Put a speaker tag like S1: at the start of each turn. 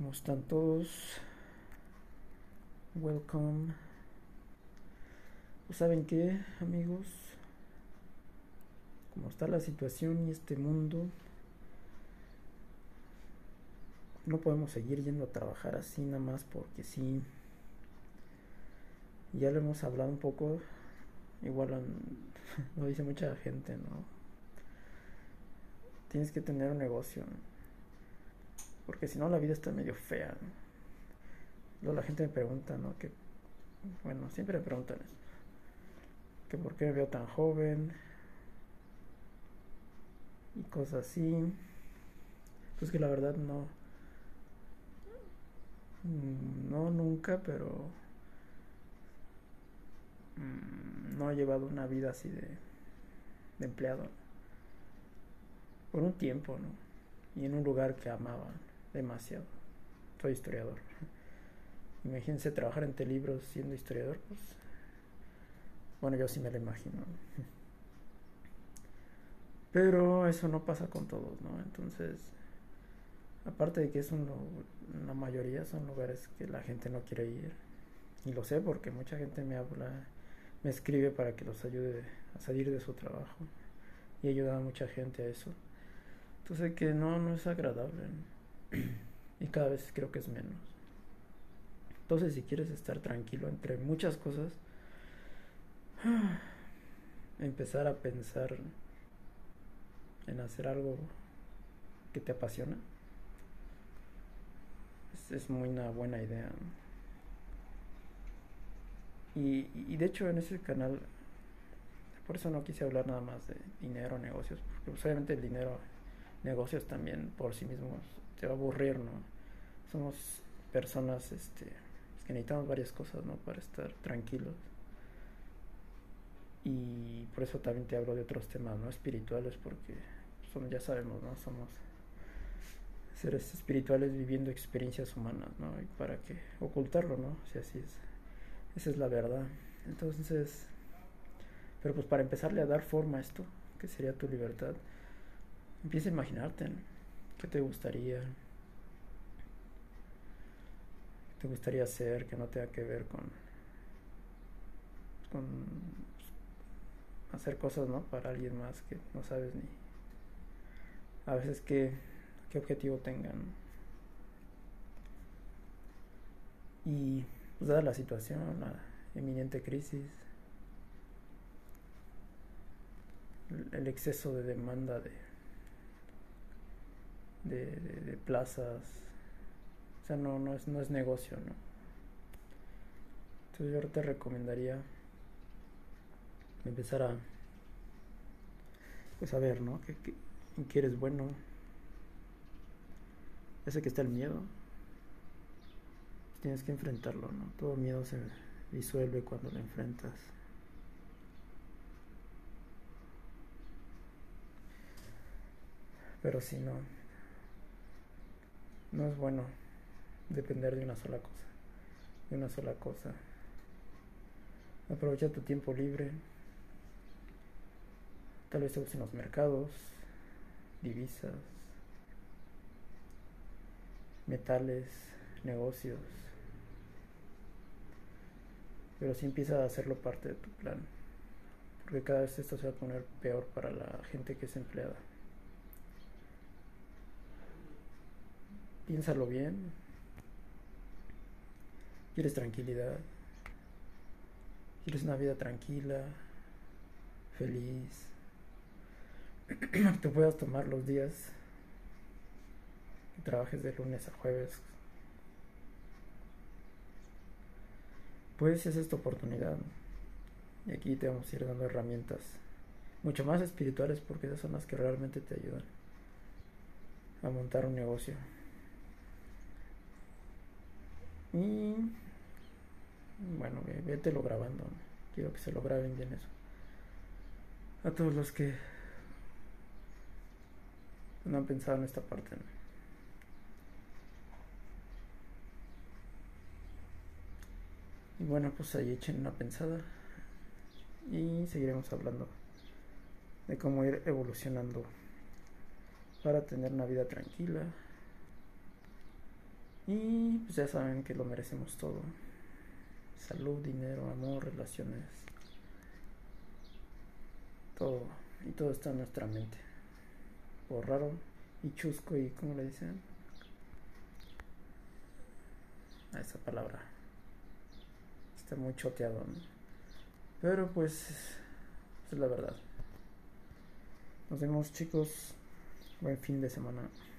S1: ¿Cómo están todos? Welcome. Pues saben qué, amigos, como está la situación y este mundo, no podemos seguir yendo a trabajar así nada más porque sí. Ya lo hemos hablado un poco, igual lo dice mucha gente, ¿no? Tienes que tener un negocio, ¿no? Porque si no la vida está medio fea, ¿no? Luego la gente me pregunta, ¿no? Que, bueno, siempre me preguntan eso, que por qué me veo tan joven y cosas así. Pues que la verdad no, no nunca, pero no he llevado una vida así de empleado, ¿no? Por un tiempo, ¿no? Y en un lugar que amaba demasiado. Soy historiador. Imagínense trabajar entre libros siendo historiador, pues bueno, yo sí me lo imagino, ¿no? Pero eso no pasa con todos, ¿no? Entonces, aparte de que es una mayoría son lugares que la gente no quiere ir. Y lo sé porque mucha gente me habla, me escribe para que los ayude a salir de su trabajo. Y he ayudado a mucha gente a eso. Entonces que no es agradable, ¿no? Y cada vez creo que es menos. Entonces si quieres estar tranquilo entre muchas cosas, empezar a pensar en hacer algo que te apasiona es muy una buena idea, ¿no? Y de hecho en ese canal, por eso no quise hablar nada más de dinero, negocios, porque pues, obviamente el dinero, negocios también por sí mismos te va a aburrir, ¿no? Somos personas que necesitamos varias cosas, ¿no? Para estar tranquilos. Y por eso también te hablo de otros temas, ¿no? Espirituales, porque ya sabemos, ¿no? Somos seres espirituales viviendo experiencias humanas, ¿no? Y para qué ocultarlo, ¿no? Si así es. Esa es la verdad. Entonces, pero pues para empezarle a dar forma a esto, que sería tu libertad, empieza a imaginarte, ¿no? ¿Qué te gustaría hacer que no tenga que ver con hacer cosas, ¿no? Para alguien más que no sabes ni a veces qué objetivo tengan. Y pues dada la situación, la eminente crisis, el exceso de demanda de plazas, o sea, no es negocio, ¿no? Entonces yo te recomendaría empezar a, pues a ver, ¿no? En qué eres bueno. Ya sé que está el miedo, tienes que enfrentarlo, ¿no? Todo miedo se disuelve cuando lo enfrentas. Pero si no, no es bueno depender de una sola cosa, de una sola cosa. Aprovecha tu tiempo libre, tal vez te gusten los mercados, divisas, metales, negocios, pero sí empieza a hacerlo parte de tu plan, porque cada vez esto se va a poner peor para la gente que es empleada. Piénsalo bien, quieres tranquilidad, quieres una vida tranquila, feliz, que te puedas tomar los días que trabajes de lunes a jueves. Pues esa es tu oportunidad, ¿no? Y aquí te vamos a ir dando herramientas mucho más espirituales porque esas son las que realmente te ayudan a montar un negocio. Y bueno, vételo grabando, ¿no? Quiero que se lo graben bien eso. A todos los que no han pensado en esta parte, ¿no? Y bueno, pues ahí echen una pensada y seguiremos hablando de cómo ir evolucionando para tener una vida tranquila Y pues ya saben que lo merecemos todo. Salud, dinero, amor, relaciones. Todo. Y todo está en nuestra mente. Por raro y chusco y ¿cómo le dicen? A esa palabra. Está muy choteado, ¿no? Pero pues es la verdad. Nos vemos chicos. Buen fin de semana.